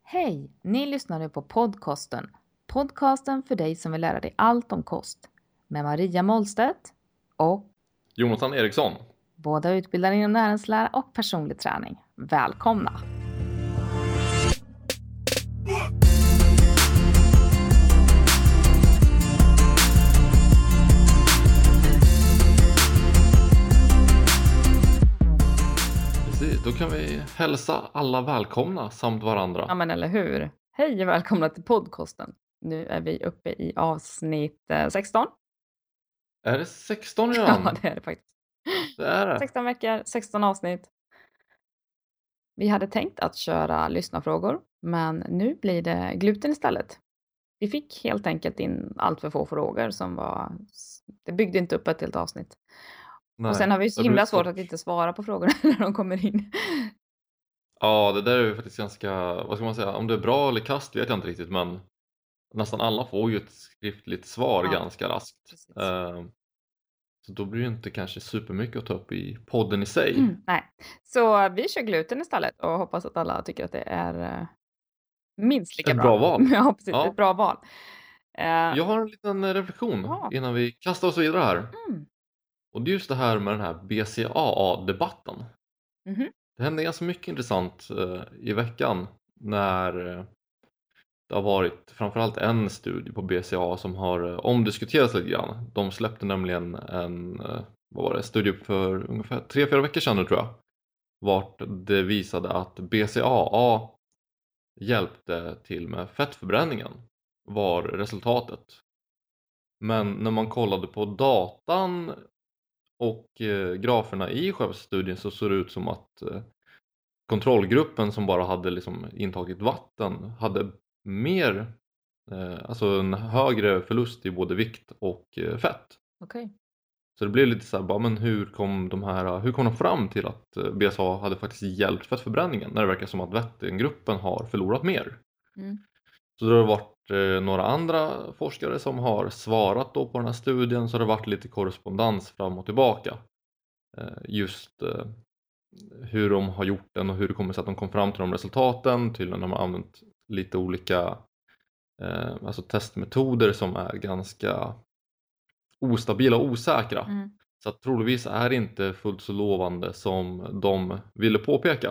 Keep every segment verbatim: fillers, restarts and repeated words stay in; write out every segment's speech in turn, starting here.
Hej! Ni lyssnar nu på podcasten. Podcasten för dig som vill lära dig allt om kost. Med Maria Målstedt och Jonathan Eriksson. båda utbildade inom näringslära och personlig träning. Välkomna! Precis, då kan vi hälsa alla välkomna samt varandra. Ja men eller hur? Hej och välkomna till podcasten. Nu är vi uppe i avsnitt eh, sexton. Är det sexton redan? Ja det är det faktiskt. Det är det. sexton veckor, sexton avsnitt. Vi hade tänkt att köra lyssnarfrågor, men nu blir det gluten istället. Vi fick helt enkelt in allt för få frågor som var, det byggde inte upp ett helt avsnitt. Nej, och sen har vi så det himla blir svårt svårt. att inte svara på frågorna när de kommer in. Ja, det där är ju faktiskt ganska, vad ska man säga, om det är bra eller kast vet jag inte riktigt, men nästan alla får ju ett skriftligt svar Ja, ganska raskt. precis. Eh, Så då blir det inte kanske supermycket att ta upp i podden i sig. Mm, nej, så vi kör gluten istället och hoppas att alla tycker att det är eh, minst lika Ett bra. bra val. Ja, precis. Ja. Ett bra val. Eh, Jag har en liten reflektion Ja. innan vi kastar oss vidare här. mm, Och det är just det här med den här B C A A-debatten. mhm, Det hände ganska mycket intressant eh, i veckan när eh, det har varit framförallt en studie på B C A A som har eh, omdiskuterats lite grann. De släppte nämligen en eh, vad var det, studie för ungefär tre fyra veckor sedan nu tror jag. Vart det visade att B C A A hjälpte till med fettförbränningen var resultatet. Men när man kollade på datan och eh, graferna i själva studien så såg det ut som att eh, kontrollgruppen som bara hade liksom intagit vatten hade mer, eh, alltså en högre förlust i både vikt och eh, fett. okej. Så det blev lite så här, bara, men hur kom de här, hur kom de fram till att eh, B S A hade faktiskt hjälpt fettförbränningen när det verkar som att vättengruppen har förlorat mer? Mm. Så det har varit eh, några andra forskare som har svarat då på den här studien, så det har varit lite korrespondens fram och tillbaka. Eh, just eh, hur de har gjort den och hur det kommer sig att de kom fram till de resultaten. Tydligen har man använt lite olika eh, alltså testmetoder som är ganska ostabila och osäkra. Mm. Så att troligtvis är det inte fullt så lovande som de ville påpeka.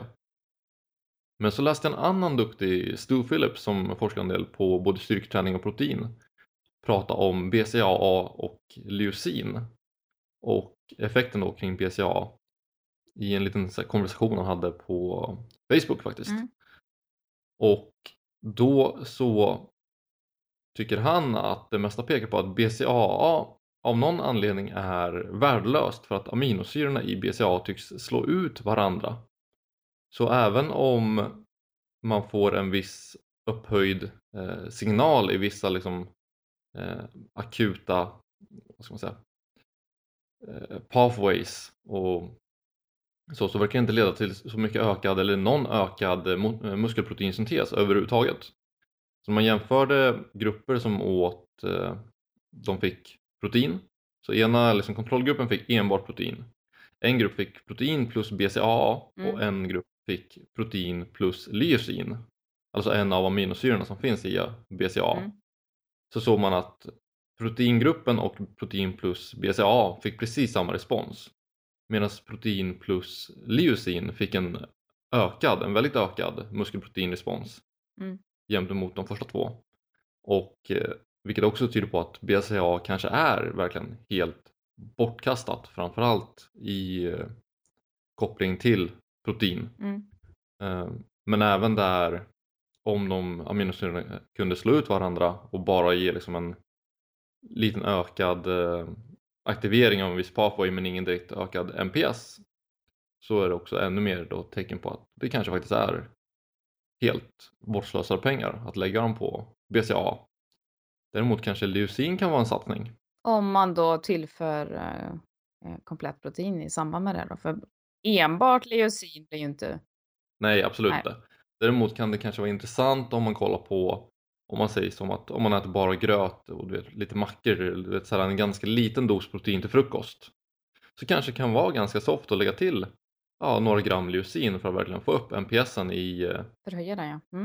Men så läste jag en annan duktig Stu Phillips som forskar en del på både styrketräning och protein prata om B C A A och leucin och effekten då kring B C A A i en liten så här konversation han hade på Facebook faktiskt. Mm. Och då så tycker han att det mesta pekar på att B C A A av någon anledning är värdelöst för att aminosyrorna i B C A A tycks slå ut varandra. Så även om man får en viss upphöjd eh, signal i vissa liksom, eh, akuta vad ska man säga, eh, pathways och så, så verkar det inte leda till så mycket ökad eller någon ökad eh, muskelproteinsyntes överhuvudtaget. Så man jämförde grupper som åt, eh, de fick protein. Så ena liksom, kontrollgruppen fick enbart protein. En grupp fick protein plus B C A A Mm. och en grupp fick protein plus leucin. Alltså en av aminosyrorna som finns i B C A A. Mm. Så såg man att proteingruppen och protein plus B C A A fick precis samma respons. Medan protein plus leucin fick en ökad, en väldigt ökad muskelproteinrespons. Mm. Jämnt emot de första två. Och eh, vilket också tyder på att B C A A kanske är verkligen helt bortkastat. Framförallt i eh, koppling till protein. Mm. Eh, men även där om de aminosyrorna kunde slå ut varandra och bara ge liksom en liten ökad eh, aktivering av en viss pathway men ingen direkt ökad M P S, så är det också ännu mer då tecken på att det kanske faktiskt är helt bortslösade pengar att lägga dem på B C A A. Däremot kanske leucin kan vara en satsning. Om man då tillför eh, eh, komplett protein i samband med det då. För enbart leucin blir ju inte... Nej, absolut Nej. inte. Däremot kan det kanske vara intressant om man kollar på, om man säger som att om man äter bara gröt och du vet, lite mackor, du vet, så här, en ganska liten dos protein till frukost, så kanske det kan vara ganska soft att lägga till ja, några gram leucin för att verkligen få upp M P S:en i, Förhöja den ja. Mm.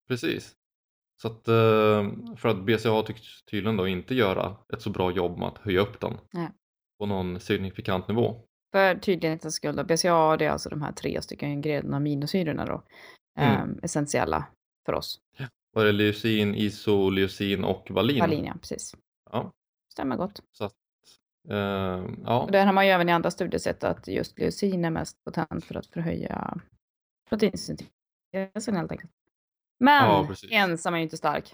precis. Så att, eh, för att B C A A tycks tydligen då inte göra ett så bra jobb med att höja upp den Nej. på någon signifikant nivå. För tydlighetens skull då, B C A A det är alltså de här tre stycken grenen aminosyrorna då, Mm. ehm, essentiella för oss. Var det leucin, isoleucin och valin? Valin, ja, precis. Ja, Stämmer gott. så att, eh, Och ja, där har man ju även i andra studier sett att just leucin är mest potent för att förhöja proteinsyntesen helt enkelt. ja Men precis. ensam är ju inte stark.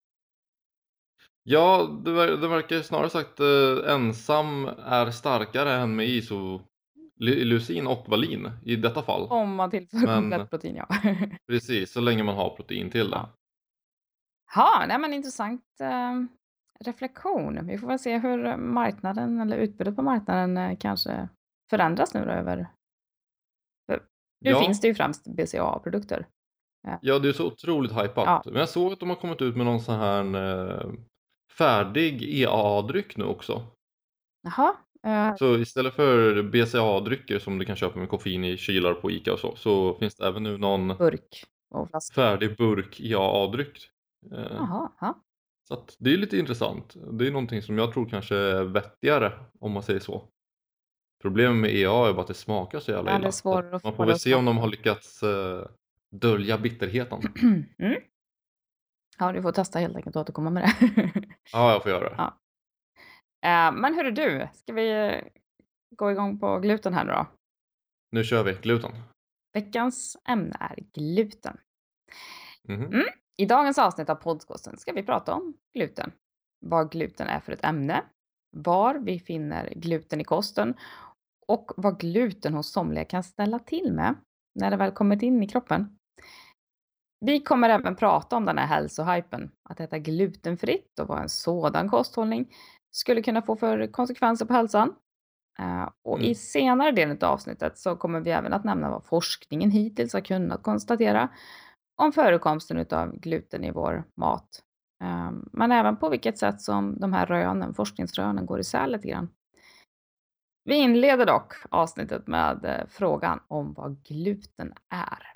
Ja, det, ver- det verkar snarare sagt eh, ensam är starkare än med isoleucin och valin i detta fall. Om man tillför Men komplett protein, ja. precis, så länge man har protein till det. Ja. Ja, nej men intressant eh, reflektion. Vi får väl se hur marknaden eller utbudet på marknaden eh, kanske förändras nu då över. För nu finns Ja, det ju främst B C A A-produkter. Eh, ja, det är så otroligt hypat. ja, Men jag såg att de har kommit ut med någon sån här eh, färdig E A A-dryck nu också. jaha. Eh, Så istället för B C A A-drycker som du kan köpa med koffein i kylar på Ica och så, så finns det även nu någon burk och flaska. färdig burk E A A-dryck. Eh, Jaha, ja. så att det är lite intressant. Det är någonting som jag tror kanske är vettigare om man säger så. Problemet med E A är bara att det smakar så jävla Ja, det är illa. Så att svårare att man få får det väl att se om de smaka. har lyckats eh, dölja bitterheten. Mm. Ja, du får testa helt enkelt och återkomma med det. Ja, jag får göra det. Ja. Eh, men hörru du, ska vi eh, gå igång på gluten här nu då? Nu kör vi gluten. Veckans ämne är gluten. Mhm. Mm. I dagens avsnitt av podcasten ska vi prata om gluten. Vad gluten är för ett ämne, var vi finner gluten i kosten och vad gluten hos somliga kan ställa till med när det väl kommit in i kroppen. Vi kommer även prata om den här hälsohypen, att äta glutenfritt och vad en sådan kosthållning skulle kunna få för konsekvenser på hälsan. Eh, och i Mm. senare delen av avsnittet så kommer vi även att nämna vad forskningen hittills har kunnat konstatera om förekomsten av gluten i vår mat. Eh, men även på vilket sätt som de här rönen, forskningsrönen går isär lite grann. Vi inleder dock avsnittet med eh, frågan om vad gluten är.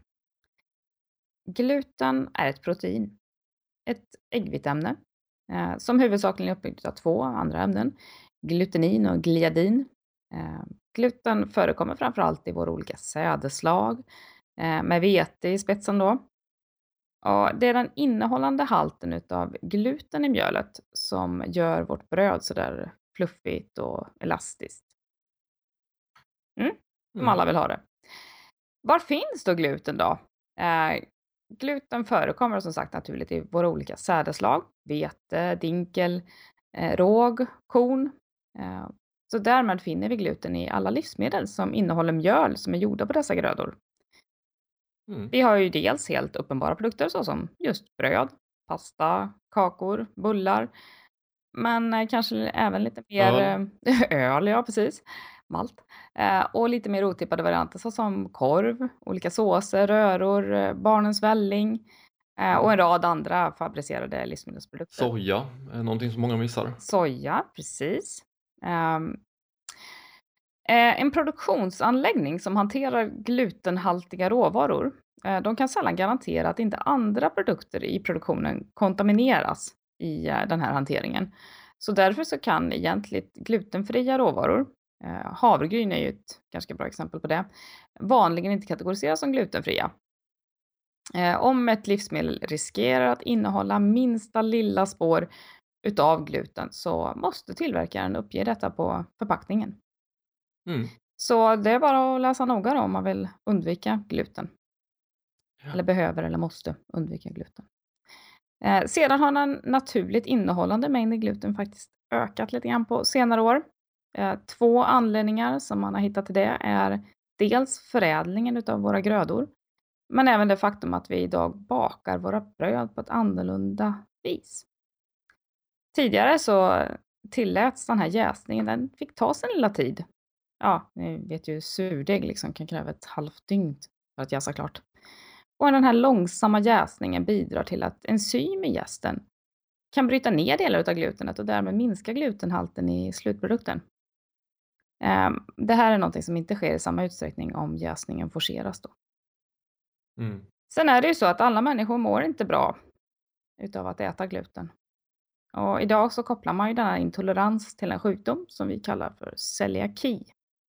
Gluten är ett protein, ett äggviteämne eh, som huvudsakligen är uppbyggt av två andra ämnen, glutenin och gliadin. Eh, gluten förekommer framförallt i våra olika sädeslag eh, med vete i spetsen då. Och det är den innehållande halten av gluten i mjölet som gör vårt bröd sådär fluffigt och elastiskt. Mm, som Mm. alla vill ha det. Var finns då gluten då? Eh, gluten förekommer som sagt naturligt i våra olika sädeslag. Vete, dinkel, eh, råg, korn. Eh, så därmed finner vi gluten i alla livsmedel som innehåller mjöl som är gjorda på dessa grödor. Mm. Vi har ju dels helt uppenbara produkter såsom just bröd, pasta, kakor, bullar. Men eh, kanske även lite mer Öl. eh, öl, ja precis, malt. Eh, och lite mer otippade varianter såsom korv, olika såser, röror, eh, barnens välling eh, och Mm. en rad andra fabricerade livsmedelsprodukter. Soja är någonting som många missar. Soja, precis. Ehm, eh, en produktionsanläggning som hanterar glutenhaltiga råvaror, eh, de kan sällan garantera att inte andra produkter i produktionen kontamineras i eh, den här hanteringen. Så därför så kan egentligen glutenfria råvaror, eh, havregryn är ju ett ganska bra exempel på det, vanligen inte kategoriseras som glutenfria. Eh, om ett livsmedel riskerar att innehålla minsta lilla spår utav gluten så måste tillverkaren uppge detta på förpackningen. Mm. Så det är bara att läsa noga då om man vill undvika gluten. Ja. Eller behöver eller måste undvika gluten. Eh, sedan har den naturligt innehållande mängden gluten faktiskt ökat lite grann på senare år. Eh, två anledningar som man har hittat till det är dels förädlingen utav våra grödor, men även det faktum att vi idag bakar våra bröd på ett annorlunda vis. Tidigare så tilläts den här jäsningen, den fick ta sin lilla tid. Ja, ni vet ju surdeg liksom kan kräva ett halvt dygn för att jäsa klart. Och den här långsamma jäsningen bidrar till att enzym i jästen kan bryta ner delar av glutenet och därmed minska glutenhalten i slutprodukten. Ehm, Det här är något som inte sker i samma utsträckning om jäsningen forceras då. Mm. Sen är det ju så att alla människor mår inte bra utav att äta gluten. Och idag så kopplar man ju den här intolerans till en sjukdom som vi kallar för celiaki.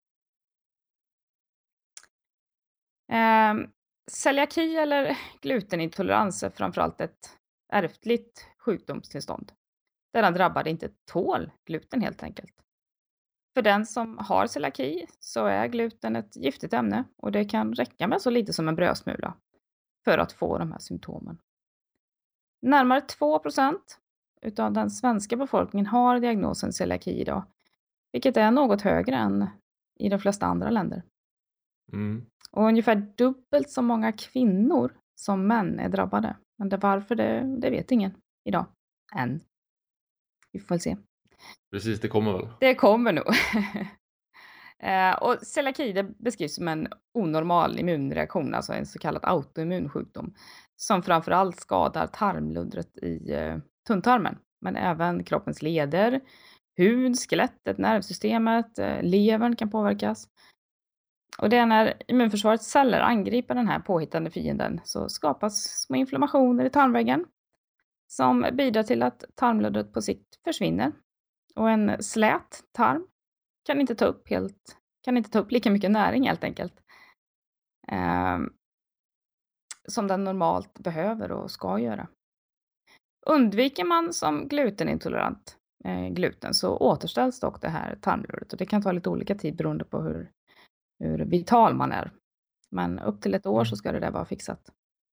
Ehm, Celiaki eller glutenintolerans är framförallt ett ärftligt sjukdomstillstånd där den drabbade inte tål gluten helt enkelt. För den som har celiaki så är gluten ett giftigt ämne och det kan räcka med så lite som en brödsmula för att få de här symptomen. Närmare två procent utav den svenska befolkningen har diagnosen celiaki idag, vilket är något högre än i de flesta andra länder. Mm. Och ungefär dubbelt så många kvinnor som män är drabbade. Men det, varför det, det vet ingen idag. Än. Vi får väl se. Precis, det kommer väl. Det kommer nog. eh, och celiaki det beskrivs som en onormal immunreaktion, alltså en så kallad autoimmun sjukdom. Som framförallt skadar tarmluddret i eh, tunntarmen. Men även kroppens leder, hud, skelettet, nervsystemet, eh, levern kan påverkas. Och det är när immunförsvarets celler angriper den här påhittande fienden så skapas små inflammationer i tarmväggen som bidrar till att tarmluddret på sikt försvinner. Och en slät tarm kan inte ta upp, helt, kan inte ta upp lika mycket näring helt enkelt eh, som den normalt behöver och ska göra. Undviker man som glutenintolerant eh, gluten så återställs dock det här tarmluddret och det kan ta lite olika tid beroende på hur hur vital man är. Men upp till ett år så ska det där vara fixat.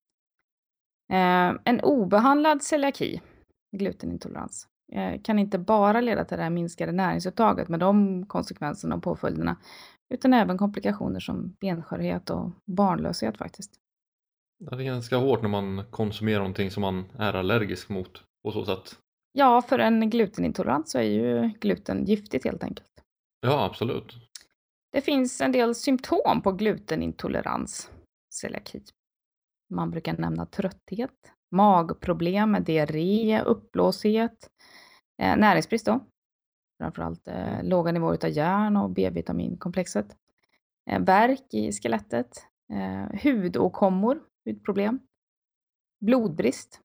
Eh, en obehandlad celiaki, glutenintolerans, eh, kan inte bara leda till det här minskade näringsupptaget med de konsekvenserna och påföljderna, utan även komplikationer som benskörhet och barnlöshet faktiskt. Det är ganska hårt när man konsumerar någonting som man är allergisk mot på så sätt. Ja, för en glutenintolerant så är ju gluten giftigt helt enkelt. Ja, absolut. Det finns en del symptom på glutenintolerans, celiaki. Man brukar nämna trötthet, magproblem med diarré, uppblåshet, eh, näringsbrist då. Framförallt eh, låga nivåer av järn och B-vitaminkomplexet. Eh, värk i skelettet, eh, hudåkommor, hudproblem, blodbrist.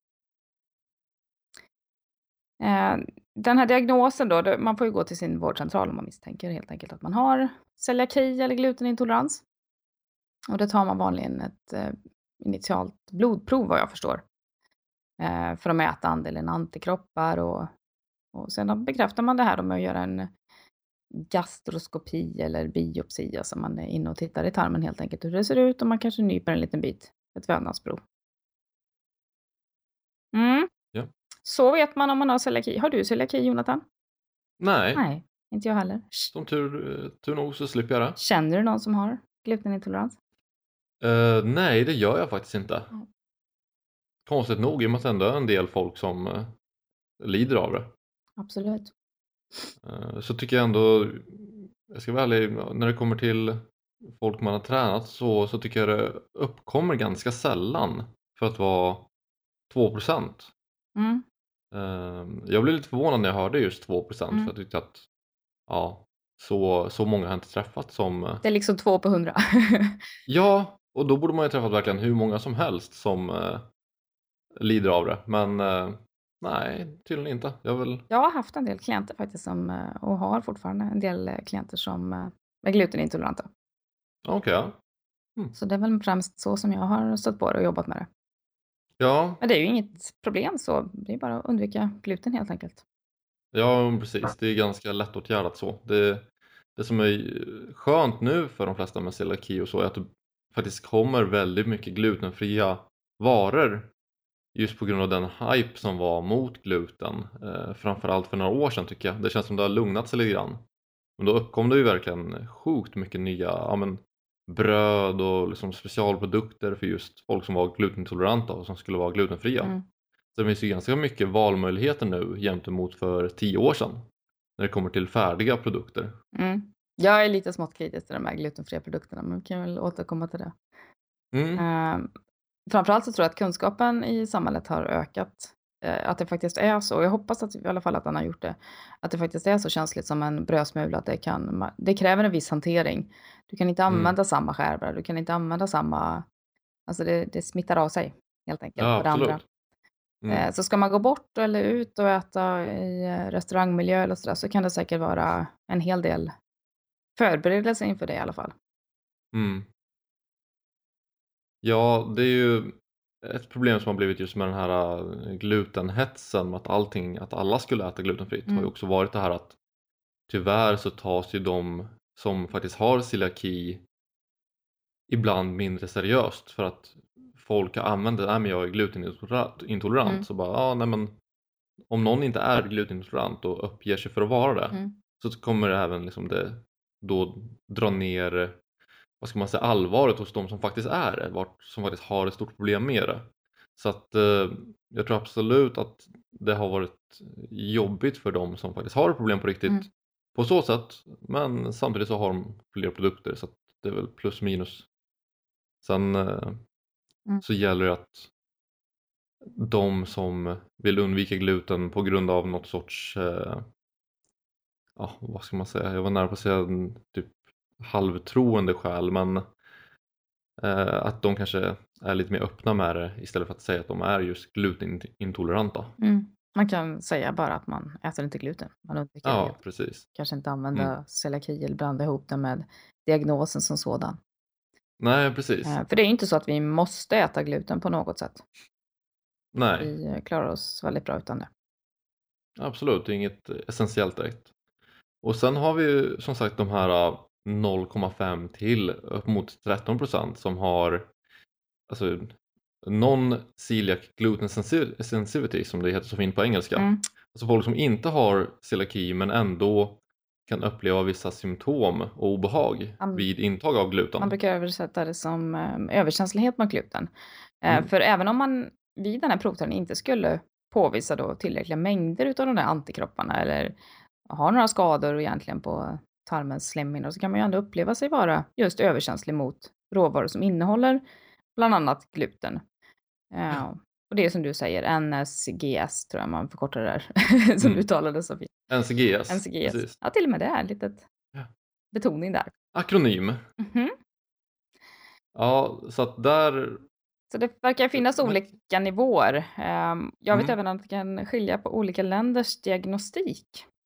Eh, den här diagnosen då, det, man får ju gå till sin vårdcentral om man misstänker helt enkelt att man har celiaki eller glutenintolerans. Och det tar man vanligen ett eh, initialt blodprov vad jag förstår. Eh, för att mäta andelen antikroppar och, och sen bekräftar man det här med att göra en gastroskopi eller biopsi. Alltså man är inne och tittar i tarmen helt enkelt hur det ser ut och man kanske nyper en liten bit. Ett vävnadsprov. Mm. Ja. Så vet man om man har celiaki. Har du celiaki, Jonathan? Nej, Nej, inte jag heller. som tur, tur nog så slipper jag det. Känner du någon som har glutenintolerans? Uh, nej, det gör jag faktiskt inte. Mm. Konstigt nog, i och med att det ändå är en del folk som uh, lider av det. Absolut. Uh, så tycker jag ändå, jag ska vara ärlig, när det kommer till folk man har tränat så, så tycker jag det uppkommer ganska sällan för att vara två procent. Mm. Uh, jag blev lite förvånad när jag hörde just två procent Mm. för jag tyckte att ja, så, så många har inte träffat som... Uh, det är liksom två på hundra. ja, och då borde man ju träffat verkligen hur många som helst som uh, lider av det. Men uh, nej, tydligen inte. Jag, vill... jag har haft en del klienter faktiskt som, uh, och har fortfarande en del uh, klienter som uh, är glutenintoleranta. Okej, okay, ja. Mm. Så det är väl främst så som jag har stött på det och jobbat med det. Ja. Men det är ju inget problem så. Det är bara att undvika gluten helt enkelt. Ja, precis. Det är ganska lättåtgärdat så. Det, det som är skönt nu för de flesta med celiaki och så är att det faktiskt kommer väldigt mycket glutenfria varor. Just på grund av den hype som var mot gluten. Eh, framförallt för några år sedan tycker jag. Det känns som det har lugnat sig lite grann. Men då uppkom det ju verkligen sjukt mycket nya ja, men, bröd och liksom specialprodukter för just folk som var glutenintoleranta och som skulle vara glutenfria. Mm. Så det finns ju ganska mycket valmöjligheter nu gentemot för tio år sedan när det kommer till färdiga produkter. Mm. Jag är lite smått kritisk till de här glutenfria produkterna, men vi kan väl återkomma till det. Mm. Uh, framförallt så tror jag att kunskapen i samhället har ökat. Uh, att det faktiskt är så. Jag hoppas att i alla fall att den har gjort det. Att det faktiskt är så känsligt som en brödsmula. Att det, kan, det kräver en viss hantering. Du kan inte använda mm. samma skärbräd. Du kan inte använda samma Alltså det, det smittar av sig helt enkelt Ja, på det andra. absolut. Mm. Eh, Så ska man gå bort eller ut och äta i eh, restaurangmiljö eller sådär, så kan det säkert vara en hel del förberedelse inför det i alla fall. Mm. Ja, det är ju ett problem som har blivit just med den här äh, glutenhetsen, med att allting, att alla skulle äta glutenfritt, har ju Mm. också varit det här att tyvärr så tas ju de som faktiskt har celiaki ibland mindre seriöst, för att folk använder, nej men jag är glutenintolerant, intolerant. Mm. Så bara, ja nej men om någon inte är glutenintolerant och uppger sig för att vara det, Mm. så kommer det även liksom det då dra ner, vad ska man säga, allvaret hos de som faktiskt är det, vart, som faktiskt har ett stort problem med det. Så att eh, jag tror absolut att det har varit jobbigt för de som faktiskt har ett problem på riktigt Mm. på så sätt, men samtidigt så har de fler produkter, så att det är väl plus minus. Sen eh, Mm. så gäller det att de som vill undvika gluten på grund av något sorts eh, ja, vad ska man säga, jag var nära på att säga en typ halvtroende skäl, men eh, att de kanske är lite mer öppna med det istället för att säga att de är just glutenintoleranta. Mm. Man kan säga bara att man äter inte gluten. Man undviker det Ja, helt. precis. Kanske inte Mm. använda celiaki eller blanda ihop det med diagnosen som sådan. Nej, precis. Eh, För det är inte så att vi måste äta gluten på något sätt. Nej, Vi eh, klarar oss väldigt bra utan det. absolut, det är inget essentiellt direkt. Och sen har vi ju som sagt de här eh, noll komma fem till upp mot tretton procent som har alltså non-celiac gluten sensi- sensitivity, som det heter så fint på engelska. Mm. Alltså folk som inte har celiaki men ändå kan uppleva vissa symptom och obehag Am- vid intag av gluten. Man brukar översätta det som eh, överkänslighet mot gluten. Eh, Mm. För även om man vid den här provtagningen inte skulle påvisa då tillräckliga mängder utav de där antikropparna eller har några skador egentligen på tarmens slemhinnor, så kan man ju ändå uppleva sig vara just överkänslig mot råvaror som innehåller bland annat gluten. Eh, Ja. Och det är som du säger, N S G S tror jag man förkortar det där, som Mm. du talade så fint. N C G S, N C G S. precis. Ja, till och med det är en liten Ja. betoning där. Akronym. Mhm. Ja, så att där... Så det verkar finnas Men- olika nivåer. Ehm, Jag vet Mm. även att det kan skilja på olika länders diagnostik.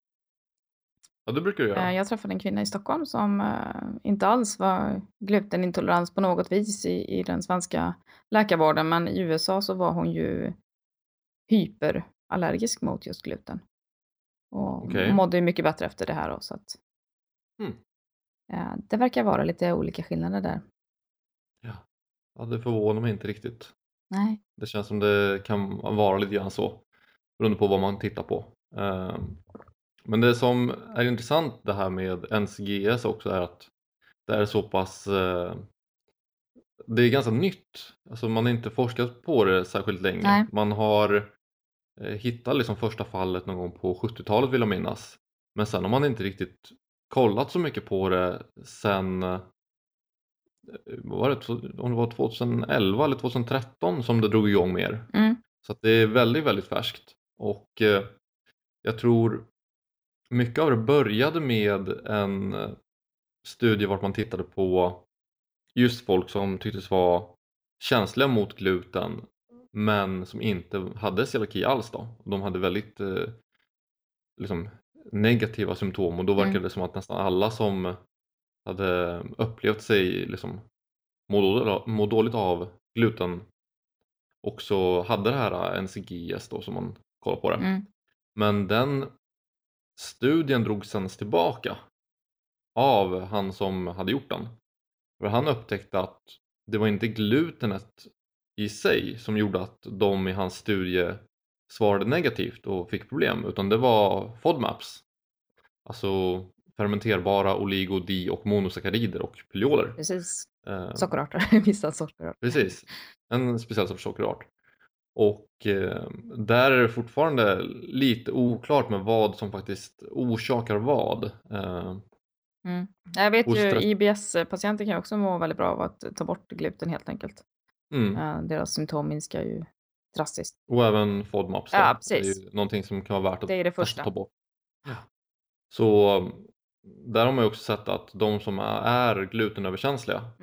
Ja, det brukar du Eh, göra. Jag träffade en kvinna i Stockholm som eh, inte alls var glutenintolerans på något vis i, i den svenska läkarvården, men i U S A så var hon ju hyperallergisk mot just gluten. Och Okej. mådde ju mycket bättre efter det här då, så att Mm. eh, det verkar vara lite olika skillnader där. Ja. Ja, det förvånar mig inte riktigt. Nej. Det känns som det kan vara lite grann så, beroende på vad man tittar på. Ehm, Men det som är intressant det här med N C G S också är att det är så pass, eh, det är ganska nytt. Alltså man har inte forskat på det särskilt länge. Nej. Man har eh, hittat liksom första fallet någon gång på sjuttiotalet vill jag minnas. Men sen har man inte riktigt kollat så mycket på det sen, eh, vad var det, om det var tjugoelva eller tjugotretton som det drog igång mer. Mm. Så att det är väldigt, väldigt färskt. Och eh, jag tror mycket av det började med en eh, studie vart man tittade på just folk som tycktes vara känsliga mot gluten men som inte hade celiaki alls då. De hade väldigt eh, liksom negativa symptom, och då verkade Mm. det som att nästan alla som hade upplevt sig liksom må dåligt, må dåligt av gluten också hade det här N C G S då, som man kollar på det. Mm. Men den studien drogs sen tillbaka av han som hade gjort den. För han upptäckte att det var inte glutenet i sig som gjorde att de i hans studie svarade negativt och fick problem, utan det var FODMAPs. Alltså fermenterbara oligo-, di- och monosackarider och pyrroler. Precis. Eh, Sockerarter, vissa sockerarter. precis, en speciell sorts sockerart. Och eh, där är det fortfarande lite oklart med vad som faktiskt orsakar vad. Eh, Mm. Jag vet hos ju, stress- I B S-patienter kan ju också må väldigt bra av att ta bort gluten helt enkelt. mm. Eh, deras symptom minskar ju drastiskt. Och även FODMAPs då. Ja, precis. Det är ju någonting som kan vara värt att Det är det testa första. ta bort. Ja. Så där har man ju också sett att de som är glutenöverkänsliga, Mm.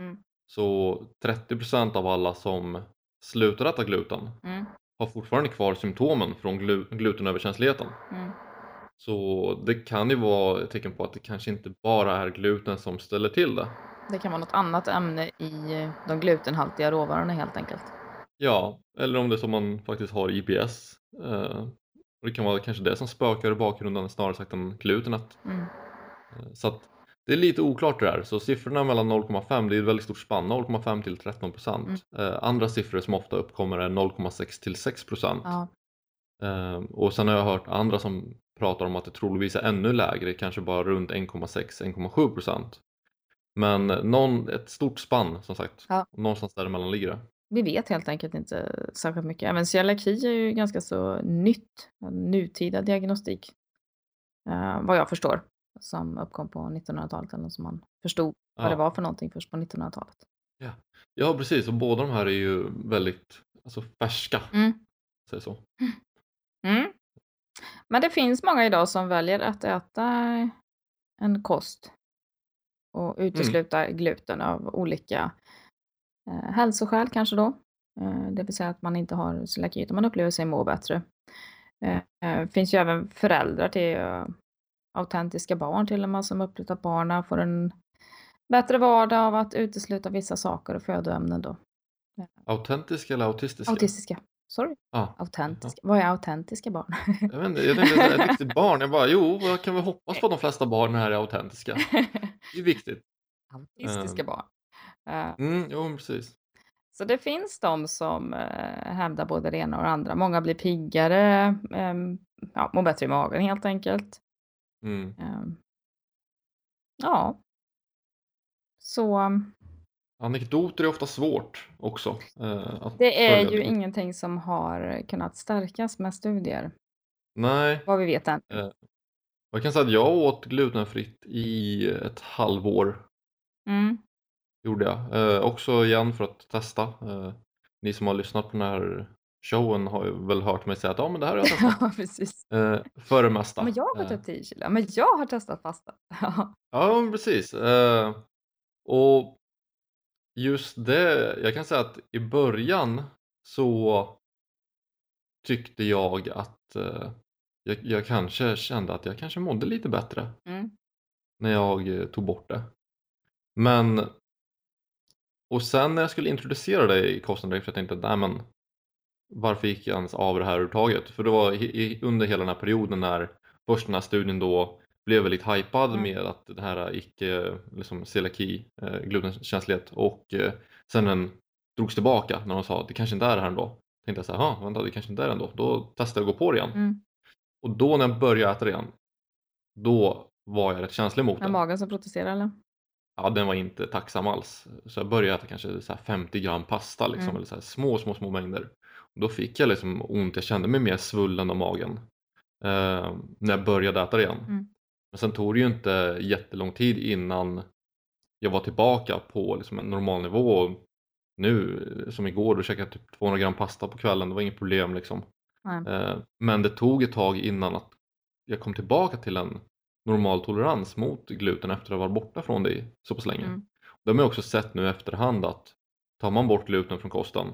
Så trettio procent av alla som slutar äta gluten Mm. har fortfarande kvar symptomen från glu- glutenöverkänsligheten. Mm. Så det kan ju vara ett tecken på att det kanske inte bara är gluten som ställer till det. Det kan vara något annat ämne i eh, de glutenhaltiga råvarorna helt enkelt. Ja, eller om det är som man faktiskt har I B S. Eh, och det kan vara kanske det som spökar i bakgrunden snarare sagt än glutenet. Mm. Eh, så att det är lite oklart det där. Så siffrorna mellan noll komma fem, det är ett väldigt stort spann, noll komma fem till tretton procent. Mm. Eh, andra siffror som ofta uppkommer är noll komma sex till sex procent. Ja. Eh, och sen har jag hört andra som pratar om att det troligtvis är ännu lägre, kanske bara runt en komma sex till en komma sju procent. Men någon, ett stort spann som sagt, Ja. någonstans däremellan ligger det. Vi vet helt enkelt inte särskilt mycket. Även celiaki är ju ganska så nytt, en nutida diagnostik. Eh, vad jag förstår. Som uppkom på nittonhundratalet eller som man förstod vad det Ja. var för någonting först på nittonhundratalet. Ja, ja precis. Och båda de här är ju väldigt alltså, färska. Mm. Säger så. Mm. Men det finns många idag som väljer att äta en kost och utesluta mm. gluten av olika eh, hälsoskäl kanske då. Eh, det vill säga att man inte har celiaki utan man upplever sig må bättre. Det eh, finns ju även föräldrar till uh, autentiska barn till och med som upplever att barnen får en bättre vardag av att utesluta vissa saker och födoämnen då. Autentiska eller autistiska? Autistiska. Sorry. Ah, autentiska. Ja. Vad är autentiska barn? jag, vet inte, jag tänkte att det är ett riktigt barn. Jag bara, jo, jag kan väl hoppas på att de flesta barn här är autentiska. Det är viktigt. Autistiska um, barn. Uh, mm, jo, precis. Så det finns de som uh, hävdar både det ena och det andra. Många blir piggare, um, ja, mår bättre i magen helt enkelt. Mm. Um, ja. Så... Um, Anekdoter är ofta svårt också. Uh, att det är ju ingenting som har kunnat stärkas med studier. Nej. Vad vi vet än. Uh, jag kan säga att jag åt glutenfritt i ett halvår. Mm. Gjorde jag. Uh, också igen för att testa. Uh, ni som har lyssnat på den här showen har ju väl hört mig säga att ja, men det här har jag testat. Ja, precis. Uh, för det mesta. Men jag har gått upp tio kilo. Men jag har testat pasta. Ja, precis. Uh, och just det, jag kan säga att i början så tyckte jag att uh, jag, jag kanske kände att jag kanske mådde lite bättre mm. när jag uh, tog bort det. Men och sen när jag skulle introducera det i kosten direkt, för jag tänkte att nej men varför gick jag ens av det här överhuvudtaget? För det var i, under hela den här perioden när först den här studien då blev väldigt hypad mm. med att det här icke liksom celiaki, eh, glutenkänslighet och eh, sen den drogs tillbaka när de sa att det kanske inte är det här ändå. Tänkte jag så här, ja vänta det kanske inte är det ändå. Då testade jag att gå på det igen. Mm. Och då när jag började äta det igen, då var jag rätt känslig mot det. Var magen som protesterade eller? Ja, den var inte tacksam alls. Så jag började äta kanske så här femtio gram pasta liksom, mm. eller så här små, små, små mängder. Och då fick jag liksom ont, jag kände mig mer svullen av magen eh, när jag började äta det igen. Mm. Men sen tog det ju inte jättelång tid innan jag var tillbaka på liksom en normal nivå. Nu, som igår, då käkade jag typ tvåhundra gram pasta på kvällen, det var inget problem liksom. Mm. Eh, men det tog ett tag innan att jag kom tillbaka till en normal tolerans mot gluten efter att ha varit borta från det så pass länge. Mm. De har också sett nu efterhand att tar man bort gluten från kosten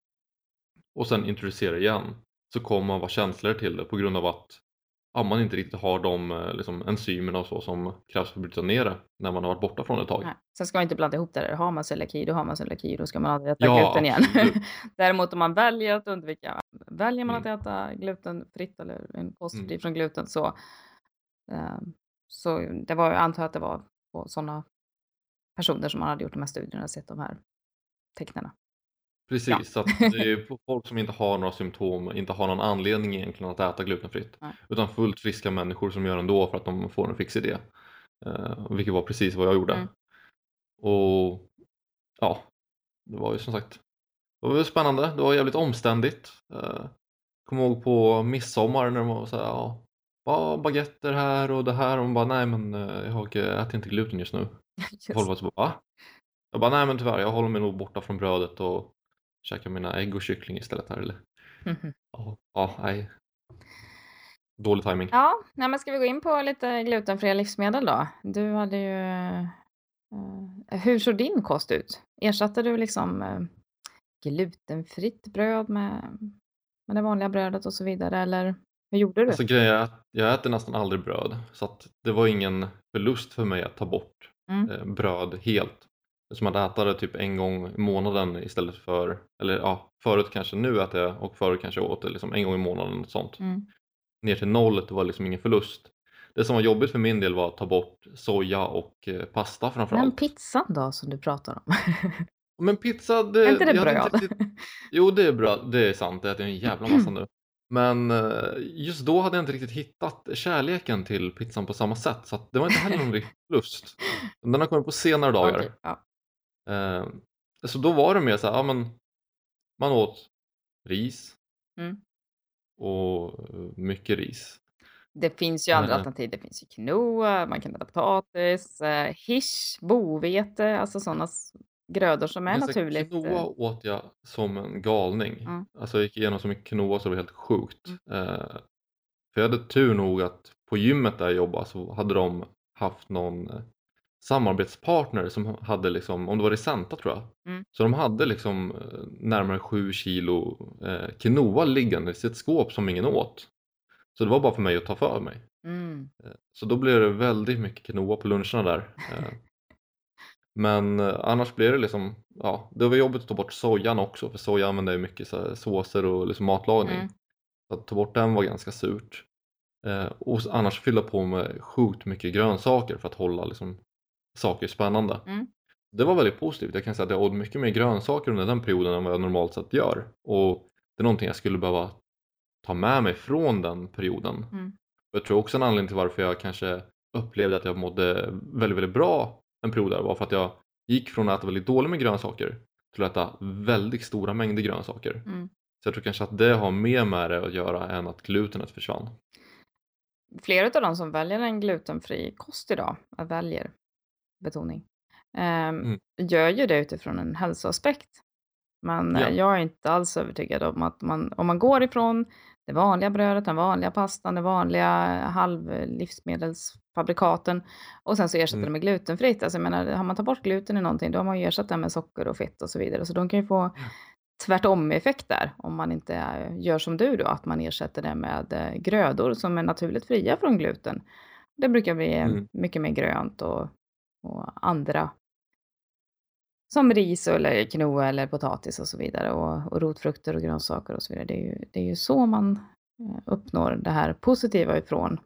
och sen introducerar igen så kommer man vara känsligare till det på grund av att ja, man inte riktigt har de liksom, enzymerna och så som krävs för att bryta ner det när man har varit borta från ett tag. Nej. Sen ska man inte blanda ihop det där. Har man celiaki, då har man celiaki, då ska man aldrig äta ja, gluten igen. Däremot om man väljer att undvika, väljer man mm. att äta glutenfritt eller en kostfri mm. från gluten så eh, så det var, jag antar att det var på sådana personer som man hade gjort de här studierna och sett de här tecknarna. Precis, ja. Så att det är folk som inte har några symptom, inte har någon anledning egentligen att äta glutenfritt. Nej. Utan fullt friska människor som gör ändå för att de får en fix idé. Uh, vilket var precis vad jag gjorde. Mm. Och ja, det var ju som sagt, det var spännande, det var jävligt omständigt. Uh, kom ihåg på midsommar när de var så här, ja, bara baguetter här och det här. Och man bara, nej men jag äter inte gluten just nu. Just. Folk var så bara, va? Jag bara, nej men tyvärr, jag håller mig nog borta från brödet och käkar mina ägg och kyckling istället här. Eller? Mm-hmm. Ja, ja, nej. Dålig timing. Ja, nej, men ska vi gå in på lite glutenfria livsmedel då? Du hade ju uh, Hur såg din kost ut? Ersatte du liksom eh, glutenfritt bröd med, med det vanliga brödet och så vidare? Eller hur gjorde du? Alltså grejen är att jag äter nästan aldrig bröd, så att det var ingen förlust för mig att ta bort Mm, eh, bröd helt. Som att äta det typ en gång i månaden istället för, eller ja, förut kanske, nu äter jag och förut kanske jag åt det liksom en gång i månaden och sånt. mm. Ner till noll, det var liksom ingen förlust. Det som var jobbigt för min del var att ta bort soja och eh, pasta Men framförallt. pizzan då som du pratar om? Men pizza, Är det, inte det jag hade inte bröd? riktigt. Jo, det är bra, det är sant, det äter jag en jävla massa nu. Men eh, just då hade jag inte riktigt hittat kärleken till pizzan på samma sätt, så att det var inte heller någon riktig lust. Den har kommit på senare dagar. Okej, ja. Eh, så då var det mer så här, ja men man åt ris Mm. och eh, mycket ris. Det finns ju andra Eh, alternativ. Det finns ju quinoa, man kan äta potatis, eh, hirs, bovete, alltså sådana grödor som Jag är kan säga, naturligt. quinoa Eh, åt jag som en galning. mm, Alltså jag gick igenom så mycket quinoa så det var helt sjukt. mm, Eh, för jag hade tur nog att på gymmet där jag jobbade så hade de haft någon eh, samarbetspartner som hade liksom, om det var Risenta tror jag. mm, Så de hade liksom eh, närmare sju kilo eh, quinoa liggande i sitt skåp som ingen åt. Så det var bara för mig att ta för mig. mm, Eh, Så då blev det väldigt mycket quinoa på luncherna där. Eh, Men eh, annars blir det liksom, ja, det var jobbigt att ta bort sojan också, för soja använder ju mycket så här, såser och liksom matlagning. mm, Så att ta bort den var ganska surt. Eh, och s- annars fylla på med sjukt mycket grönsaker för att hålla liksom, saker spännande. mm. Det var väldigt positivt. Jag kan säga att jag åt mycket mer grönsaker under den perioden än vad jag normalt sett gör. Och det är någonting jag skulle behöva ta med mig från den perioden. Mm. Jag tror också en anledning till varför jag kanske upplevde att jag mådde väldigt, väldigt bra en period där var för att jag gick från att äta väldigt dåligt med grönsaker till att äta väldigt stora mängder grönsaker. Mm. Så jag tror kanske att det har mer med det att göra än att glutenet försvann. Flera av de som väljer en glutenfri kost idag, jag väljer betoning, ehm, Mm. gör ju det utifrån en hälsoaspekt. Men eh, Ja. jag är inte alls övertygad om att man, om man går ifrån det vanliga brödet, den vanliga pastan, det vanliga halvlivsmedelsfabrikaten och sen så ersätter Mm. det med glutenfritt. Alltså jag menar, har man tagit bort gluten i någonting, då har man ju ersatt det med socker och fett och så vidare. Så de kan ju få Ja. tvärtom effekt där, om man inte eh, gör som du då, att man ersätter det med eh, grödor som är naturligt fria från gluten. Det brukar bli eh, Mm. mycket mer grönt och, och andra som ris eller quinoa eller potatis och så vidare och, och rotfrukter och grönsaker och så vidare. Det är ju, det är ju så man eh, uppnår det här positiva ifrån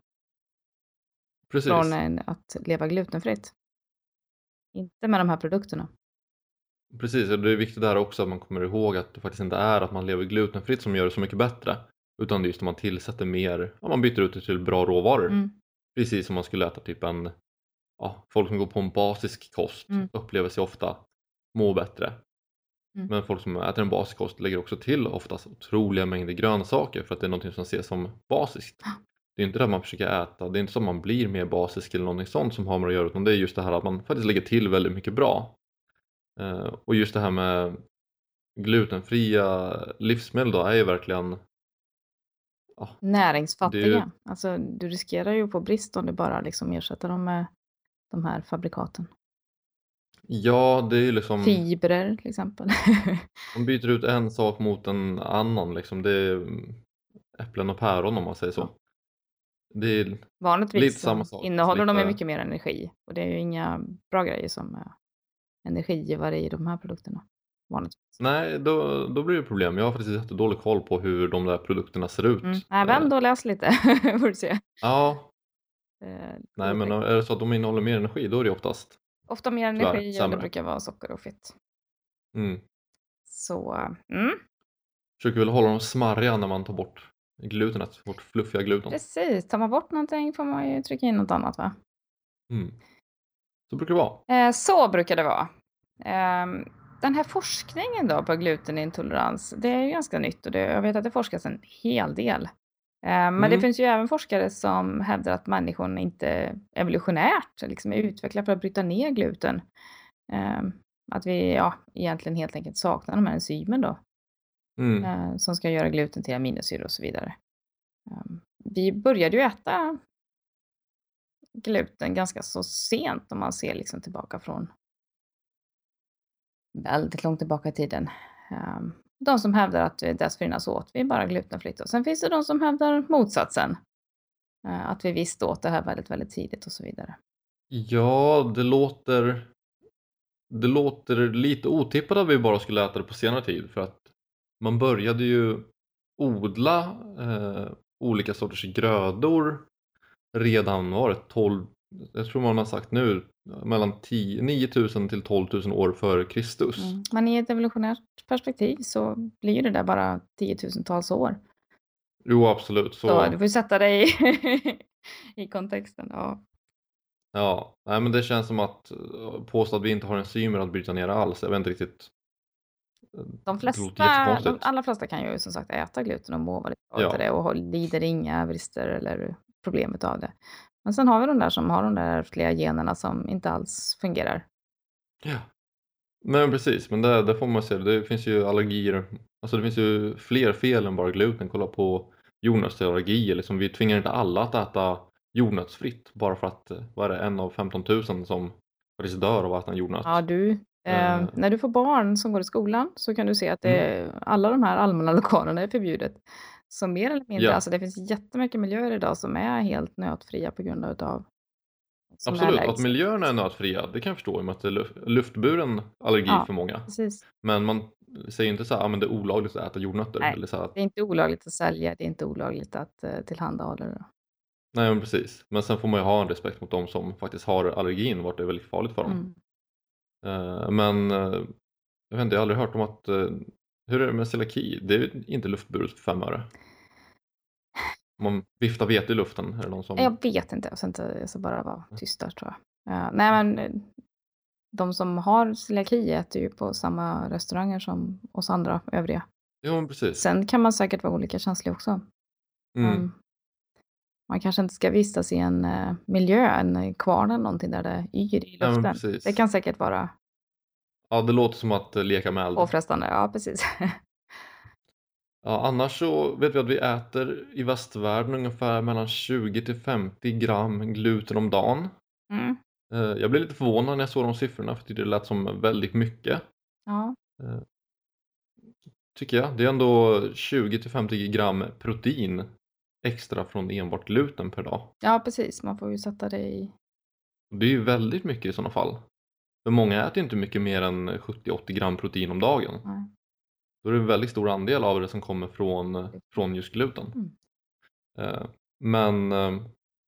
från Precis. en, att leva glutenfritt. Inte med de här produkterna. Precis, och det är viktigt där också att man kommer ihåg att det faktiskt inte är att man lever glutenfritt som gör det så mycket bättre. Utan det är just att man tillsätter mer, ja, man byter ut det till bra råvaror. Mm, Precis som man skulle äta typ en, ja, folk som går på en basisk kost mm, upplever sig ofta må bättre. mm. Men folk som äter en basisk kost lägger också till oftast otroliga mängder grönsaker för att det är något som ses som basiskt. Det är inte det man försöker äta, det är inte så att man blir mer basisk eller någonting sånt som har med att göra, utan det är just det här att man faktiskt lägger till väldigt mycket bra. Eh, och just det här med glutenfria livsmedel då är ju verkligen, ja, det är ju, Näringsfattiga. Alltså du riskerar ju att få brist om du bara liksom ersätter dem med de här fabrikaten. ja, det är ju liksom, Fibrer till exempel. man byter ut en sak mot en annan liksom, det är äpplen och päron om man säger så. Ja. Det är lite Vanligtvis så samma sak. innehåller de ju Lite, mycket mer energi och det är ju inga bra grejer som är energigivare i de här produkterna. Vanligtvis. nej, då, då blir det problem. Jag har faktiskt jättedålig koll på hur de där produkterna ser ut. Mm. Nej, Eh, vänd och läs lite får du se. ja, Eh, nej men otäckt. är det så att de innehåller mer energi, då är det oftast Ofta mer tyvärr energi och det sämre. brukar vara socker och fett. Mm. Så, mm, Försöker väl hålla dem smarriga när man tar bort glutenet, bort fluffiga gluten. precis. Tar man bort någonting får man ju trycka in något annat va? Mm. Så brukar det vara. Eh, så brukar det vara. Ehm, den här forskningen då på glutenintolerans, det är ju ganska nytt och det, jag vet att det forskas en hel del. Ehm, men det Mm. finns ju även forskare som hävdar att människan inte evolutionärt liksom är utvecklad för att bryta ner gluten. Ehm, att vi ja, egentligen helt enkelt saknar de här enzymen då. Mm. eh, som ska göra gluten till aminosyror och så vidare. Ehm, vi började ju äta gluten ganska så sent om man ser liksom tillbaka från väldigt långt tillbaka i tiden. Ehm, de som hävdar att vi dessförinnan så åt vi bara glutenfritt. Och sen finns det de som hävdar motsatsen. Eh, att vi visste åt det här väldigt, väldigt tidigt och så vidare. Ja, det låter det låter lite otippat att vi bara skulle äta det på senare tid, för att man började ju odla eh, olika sorters grödor redan var det tolv, jag tror man har sagt nu mellan tio nio tusen till tolv tusen år före Kristus. Mm. Men i ett evolutionärt perspektiv så blir det där bara tiotusentals år. Jo, absolut. Så, Så du får sätta dig i kontexten. Ja. ja, nej, men det känns som att eh, påstå att vi inte har enzymer att bryta ner alls. Jag vet inte riktigt. De Det låter flesta, de jättekonstigt. allra flesta kan ju som sagt äta gluten och må väldigt bra Ja. av det och har- lider inga brister eller problem av det. Men sen har vi de där som har de där ärftliga generna som inte alls fungerar. Ja. Men precis, men det, det får man se. Det finns ju allergier. Alltså det finns ju fler fel än bara gluten. Kolla på jordnötsallergier. Liksom, vi tvingar inte alla att äta jordnötsfritt bara för att, vad är det, en av femton tusen som faktiskt dör av att äta en jordnöt. Ja, du, eh, Eh. när du får barn som går i skolan så kan du se att det, Mm. alla de här allmänna lokalerna är förbjudet. Så mer eller mindre, Ja. alltså det finns jättemycket miljöer idag som är helt nötfria på grund av som är Absolut, att allergiska. miljöerna är nötfria, det kan jag förstå i och med att det är luft, luftburen allergi Ja, för många. precis. Men man säger inte så här, ah, men det är olagligt att äta jordnötter. Nej. Eller så här. Det är inte olagligt att sälja, det är inte olagligt att uh, tillhandahålla det. Nej, men precis. Men sen får man ju ha en respekt mot de som faktiskt har allergin, vart det är väldigt farligt för dem. Mm. Uh, men uh, jag vet inte, jag har aldrig hört om att, uh, hur är det med celiaki? Det är inte luftburet för fem öre. Om man viftar vete i luften, är det någon som... Jag vet inte, jag ska, inte, jag ska bara vara tyst där tror jag. Uh, nej men, uh, de som har celiaki äter ju på samma restauranger som oss andra övriga. Jo, men precis. Sen kan man säkert vara olika känslig också. Mm. Um, man kanske inte ska vistas i en uh, miljö, en kvarn eller någonting där det yr i Ja, men luften. precis. Det kan säkert vara Ja, det låter som att uh, leka med eld. påfrestande, ja precis. Ja, annars så vet vi att vi äter i västvärlden ungefär mellan tjugo till femtio gram gluten om dagen. Mm. Eh, Jag blev lite förvånad när jag såg de siffrorna, för det lät som väldigt mycket. Ja. Eh, Tycker jag. Det är ändå tjugo till femtio gram protein extra från enbart gluten per dag. ja, precis. Man får ju sätta det i... Det är ju väldigt mycket i sådana fall. För många äter inte mycket mer än sjuttio till åttio gram protein om dagen. Nej. Då är det en väldigt stor andel av det som kommer från, från just gluten. Mm. Eh, Men eh,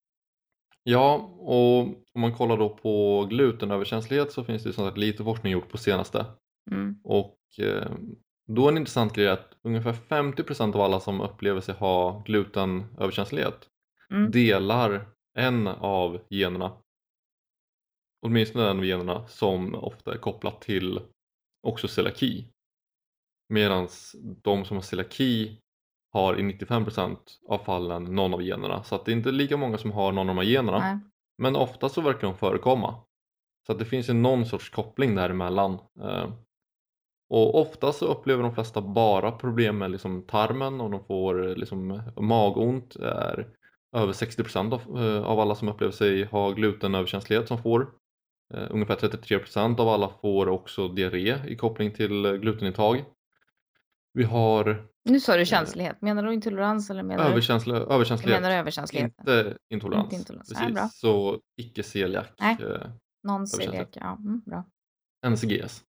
ja, och om man kollar då på glutenöverkänslighet så finns det som sagt lite forskning gjort på senaste. Mm. Och eh, då är en intressant grej att ungefär femtio procent av alla som upplever sig ha glutenöverkänslighet Mm. delar en av generna. Åtminstone en av generna som ofta är kopplat till också celiaki. Medan de som har celiaki har i nittiofem procent av fallen någon av generna. Så att det är inte lika många som har någon av de här generna. Nej. Men ofta så verkar de förekomma. Så att det finns ju någon sorts koppling däremellan. Eh, och ofta så upplever de flesta bara problem med liksom tarmen, och de får eh, liksom magont. Det är över sextio procent av, eh, av alla som upplever sig ha glutenöverkänslighet som får. Eh, ungefär trettiotre procent av alla får också diarré i koppling till eh, glutenintag. Vi har Nu sa du känslighet. Menar du intolerans eller menar överkänsla, du... överkänslighet. Jag menar överkänslighet. Inte intolerans. Inte intolerans. Precis. Ja, bra. Så icke-celiak. Nej. Eh, Någon celiak. Ja, mm, bra. N C G S.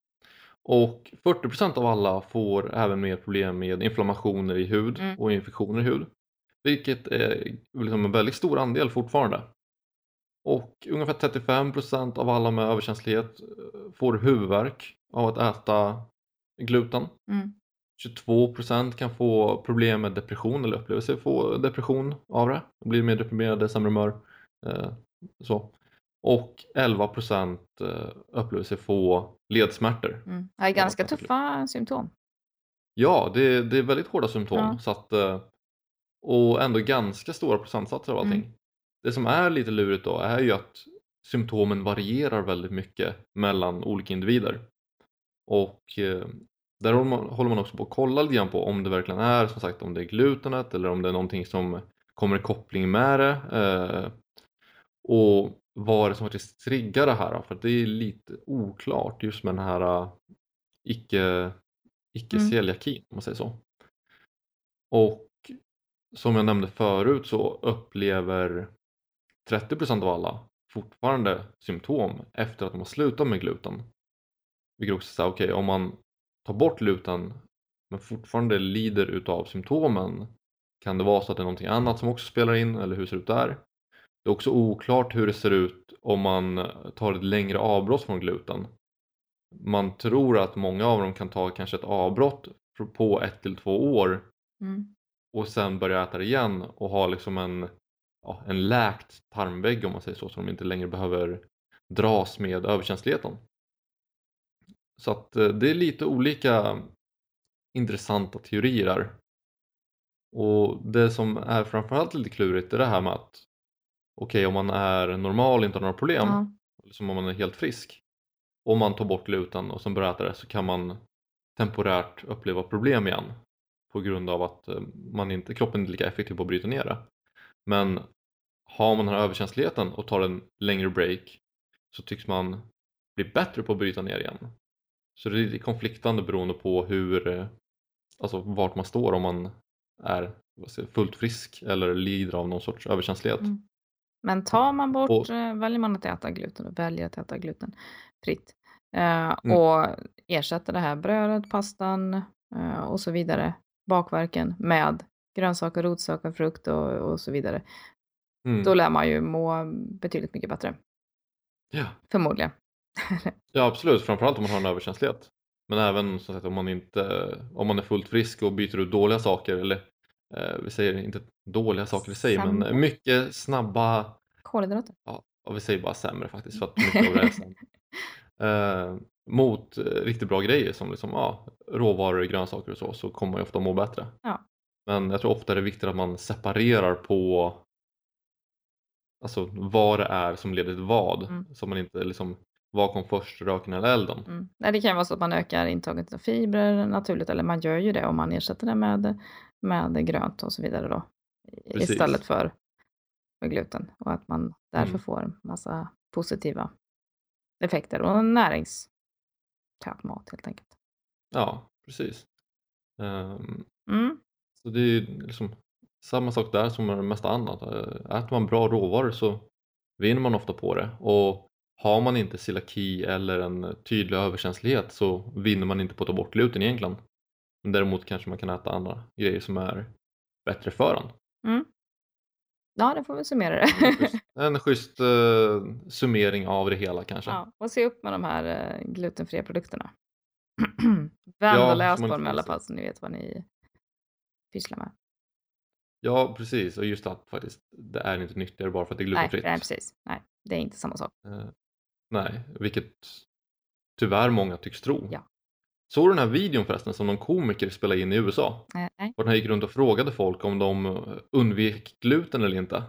Och fyrtio procent av alla får även mer problem med inflammationer i hud Mm. och infektioner i hud. Vilket är liksom en väldigt stor andel fortfarande. Och ungefär trettiofem procent av alla med överkänslighet får huvudvärk av att äta gluten. Mm. tjugotvå procent kan få problem med depression eller upplever sig få depression av det. Blir mer deprimerade, sämre humör. Eh, så. Och elva procent eh, upplever sig få ledsmärtor. Mm. Det är ganska tuffa symptom. Ja, det, det är väldigt hårda symptom. Ja. Så att, eh, och ändå ganska stora procentsatser av allting. Mm. Det som är lite lurigt då är ju att symptomen varierar väldigt mycket mellan olika individer. Och eh, där håller man, håller man också på att kolla lite grann på om det verkligen är, som sagt, om det är glutenet eller om det är någonting som kommer i koppling med det. Eh, och vad är det som faktiskt triggar det här? För det är lite oklart just med den här uh, icke, Mm. icke-celiakin, om man säger så. Och som jag nämnde förut så upplever trettio procent av alla fortfarande symptom efter att de har slutat med gluten. Vilket också säger, okej, okay, om man tar bort gluten men fortfarande lider utav symptomen, kan det vara så att det är någonting annat som också spelar in, eller hur ser det ut där? Det är också oklart hur det ser ut om man tar ett längre avbrott från gluten. Man tror att många av dem kan ta kanske ett avbrott på ett till två år Mm. och sen börja äta det igen och ha liksom en, ja, en läkt tarmvägg, om man säger så, så de inte längre behöver dras med överkänsligheten. Så att eh, det är lite olika intressanta teorier där. Och det som är framförallt lite klurigt är det här med att okej, okay, om man är normal och inte har några problem, Ja. som om man är helt frisk, om man tar bort gluten och sen börjar äta det, så kan man temporärt uppleva problem igen på grund av att eh, man inte, kroppen inte är lika effektiv på att bryta ner det. Men har man den här överkänsligheten och tar en längre break, så tycks man bli bättre på att bryta ner igen. Så det är lite konfliktande beroende på hur, eh, alltså vart man står, om man är vad ska jag, fullt frisk eller lider av någon sorts överkänslighet. Mm. Men tar man bort, Och, eh, väljer man att äta gluten och väljer att äta gluten fritt eh, mm, och ersätter det här brödet, pastan eh, och så vidare, bakverken med grönsaker, rotsaker, frukt och, och så vidare, då mm, lär man ju må betydligt mycket bättre. ja. Förmodligen. Ja, absolut, framförallt om man har en överkänslighet. Men även så att om man inte, om man är fullt frisk och byter ut dåliga saker, eller eh, vi säger inte dåliga saker i sig, Sämre men mycket snabba, kolhydrater. ja, och vi säger bara sämre faktiskt, för att mycket av det är sämre. Eh, mot eh, riktigt bra grejer som liksom, ja, råvaror, grönsaker och så, så kommer man ju ofta må bättre. Ja. Men jag tror ofta det är viktigt att man separerar på, alltså vad det är som leder till vad, Mm. så man inte liksom, vad kom först, röken eller elden? Mm. Nej, det kan ju vara så att man ökar intaget av fibrer naturligt, eller man gör ju det om man ersätter det med, med grönt och så vidare då, istället Precis. för, för gluten, och att man därför Mm. får en massa positiva effekter och näringstät mat helt enkelt. Ja, precis. Ehm, Mm. så det är ju liksom samma sak där som med det mesta annat. Eh, Äter man bra råvaror så vinner man ofta på det. Och har man inte celiaki eller en tydlig överkänslighet så vinner man inte på att ta bort gluten egentligen. Men däremot kanske man kan äta andra grejer som är bättre för en. Mm. Ja, det får vi summera det. En schysst, en schysst eh, summering av det hela kanske. Ja, och se upp med de här eh, glutenfria produkterna. Vänd och Ja, så läs man på inte dem i alla fastnar. fall så ni vet vad ni pysslar med. Ja, precis. Och just att faktiskt det är inte nyttigare bara för att det är Nej, glutenfritt. nej, precis. Nej, det är inte samma sak. Eh, nej, vilket tyvärr många tycks tro. Ja. Såg du den här videon förresten som någon komiker spelade in i U S A? Eh, nej. Och den här gick runt och frågade folk om de undvek gluten eller inte.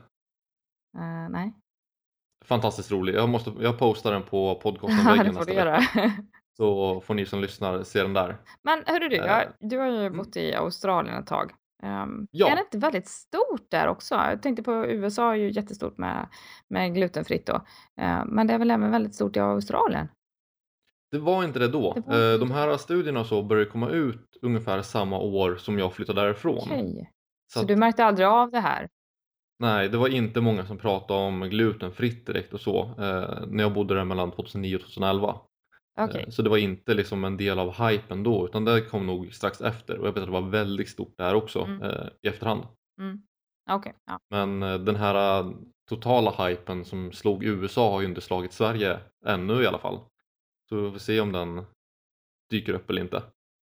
Eh, nej. Fantastiskt rolig. Jag, måste, jag postar den på Ja, podcasten-väggen det får du nästa göra. vecka. Så får ni som lyssnar se den där. Men hörru du, Eh, jag, du har ju mm. bott i Australien ett tag. Um, Ja. Är det inte väldigt stort där också? Jag tänkte på U S A är ju jättestort med, med glutenfritt då. Uh, men det är väl även väldigt stort i Australien? Det var inte det då. Det var inte Eh, det de då. här studierna och så började komma ut ungefär samma år som jag flyttade därifrån. Okej. Så Så att, du märkte aldrig av det här? nej, det var inte många som pratade om glutenfritt direkt och så. Eh, när jag bodde där mellan tjugohundranio och tjugoelva. Okej. Eh, så det var inte liksom en del av hypen då, utan det kom nog strax efter. Och jag vet att det var väldigt stort där också Mm. eh, i efterhand. Mm. Okej, ja. Men eh, den här eh, totala hypen som slog U S A har ju inte slagit Sverige ännu i alla fall. Så vi får se om den dyker upp eller inte.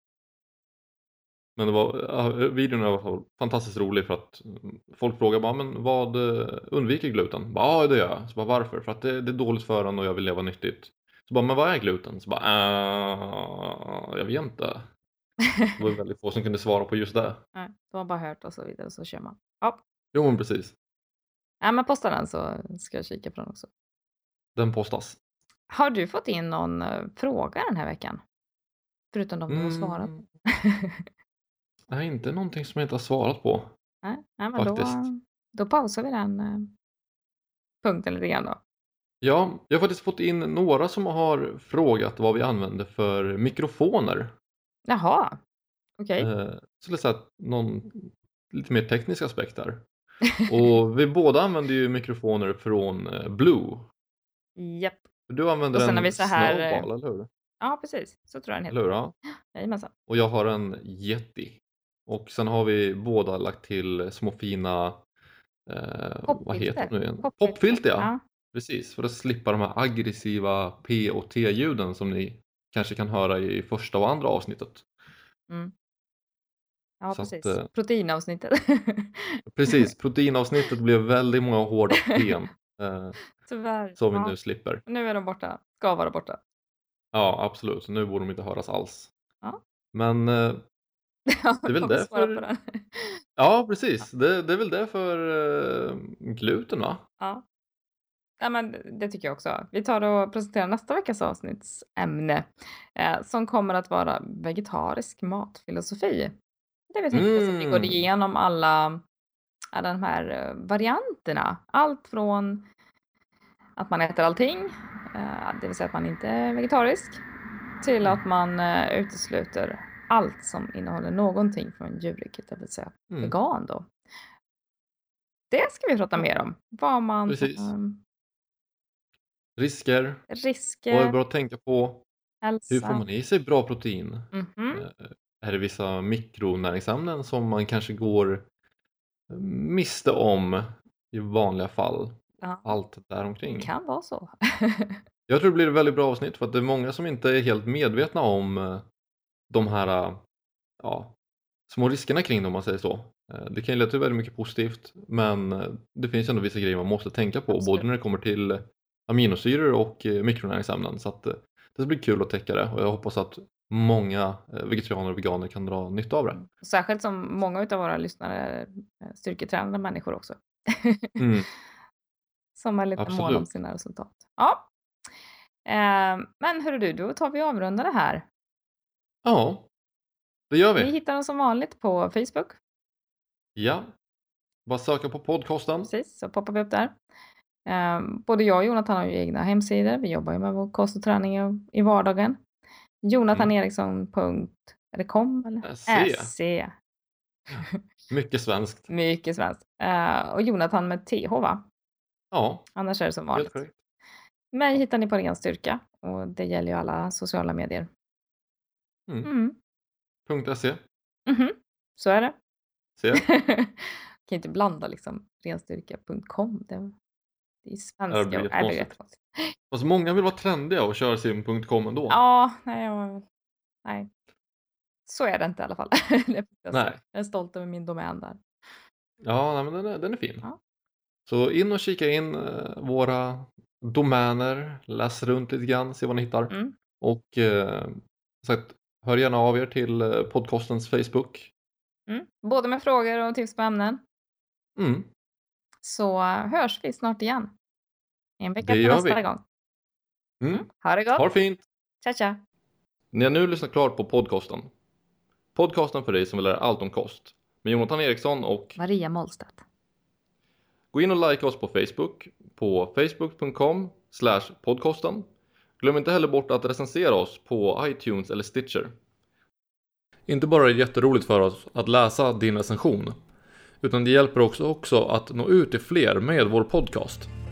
Men det var, ja, videon var i alla fall fantastiskt rolig för att folk frågar bara, men vad eh, undviker gluten? Bara, ja, det gör jag. Så bara, varför? För att det, det är dåligt för en och jag vill leva nyttigt. Så bara, men vad är gluten? Så bara, äh, jag vet inte. Det var väldigt få som kunde svara på just det. Nej, de har bara hört och så vidare, så kör man. Ja, Jo, men precis. ja, men posta den så ska jag kika på den också. Den postas. Har du fått in någon uh, fråga den här veckan? Förutom de du har svarat. Mm, nej, inte någonting som jag inte har svarat på. Nej, nej, men då, Faktiskt. då pausar vi den uh, punkten lite grann då. Ja, jag har faktiskt fått in några som har frågat vad vi använder för mikrofoner. Jaha, okej. Eh, så det är så här någon lite mer teknisk aspekt där. Och vi båda använder ju mikrofoner från eh, Blue. Japp. Du använder Och sen har vi en så här, eh, Snowball, eller hur? Ja, precis. Så tror jag den Eller heter. hur? Ja. Jajamensan. Och jag har en Yeti. Och sen har vi båda lagt till små fina, eh, vad heter Popfilter. det nu igen? Popfilter. Popfilter, ja. Ja. Precis, för att slippa de här aggressiva P och T-ljuden som ni kanske kan höra i första och andra avsnittet. Mm. Ja, Så att, precis. eh, Proteinavsnittet. precis, proteinavsnittet blev väldigt många hårda P:n eh, Tyvärr. som vi Ja, nu slipper. nu är de borta. Ska vara borta. Ja, absolut. Nu borde de inte höras alls. Ja. Men eh, Ja, det är väl har vi svarat på därför... den? Ja, precis. Det, det är väl det för eh, gluten, va? Ja. Ja, men det tycker jag också. Vi tar och presenterar nästa veckas avsnittsämne eh, som kommer att vara vegetarisk matfilosofi. Det vi tänkte oss att vi går Mm. igenom alla, alla de här eh, varianterna. Allt från att man äter allting, eh, det vill säga att man inte är vegetarisk, till att man eh, utesluter allt som innehåller någonting från djurriket, det vill säga Mm. vegan då. Det ska vi prata mer om. Vad man... Precis. ehm, Risker. Vad är risker, bra att tänka på? Hur får hälsa. man i sig bra protein? Mhm. Eh, är det vissa mikronäringsämnen som man kanske går miste om i vanliga fall? Ja, Allt det däromkring. kan vara så. Jag tror det blir ett väldigt bra avsnitt för att det är många som inte är helt medvetna om eh, de här eh, ja, små riskerna kring dem, om man säger så. Eh, Det kan ju leda till väldigt mycket positivt, men eh, det finns ändå vissa grejer man måste tänka på, Absolut. både när det kommer till aminosyror och eh, mikronäringsämnen. Så att eh, det blir kul att täcka det, och jag hoppas att många eh, vegetarianer och veganer kan dra nytta av det. Särskilt som många av våra lyssnare är eh, styrketränade människor också. Mm, Som är lite måna om absolut. sina resultat. Ja. Eh, men hörru du, då tar vi och avrundar det här. Ja, det gör Vi vi. hittar oss som vanligt på Facebook. Ja, bara söka på podcasten. Precis, så poppar vi upp där. Eh, både jag och Jonathan har ju egna hemsidor. Vi jobbar ju med vår kost och träning i- i vardagen. jonathan eriksson punkt com eller Se. se. Mycket svenskt. Mycket svenskt. Eh, och Jonathan med th, va? Ja, Annars är det som helt vanligt. korrekt. Mig hittar ni på Ren Styrka. Och det gäller ju alla sociala medier. Mm. Mm. Punkt .se. Mhm. Så är det. Se. Kan inte blanda liksom renstyrka punkt com. Det, det är Det svenska. blir och- Nej, det blir jättekonstigt. jättekonstigt. Fast många vill vara trendiga och köra sin .com ändå. Ja, nej, jag, nej. Så är det inte i alla fall. Det är precis så. Nej. Jag är stolt över min domän där. Ja, nej, men den är, den är fin. Ja. Så in och kika in eh, våra domäner, läs runt lite grann, se vad ni hittar. Mm. Och eh, så att, hör gärna av er till eh, podcastens Facebook. Mm. Både med frågor och tips på ämnen. Mm, Så uh, hörs vi snart igen. En vecka det till gör nästa vi. gång. Mm. Mm. Ha det gott. Ha det fint! Tja, tja. Ni har nu lyssnat klart på podcasten. Podcasten för dig som vill lära allt om kost. Med Jonathan Eriksson och... Maria Mollstedt. Gå in och like oss på Facebook. På facebook punkt com slash podcasten. Glöm inte heller bort att recensera oss på iTunes eller Stitcher. Inte bara är det jätteroligt för oss att läsa din recension, utan det hjälper också, också att nå ut till fler med vår podcast.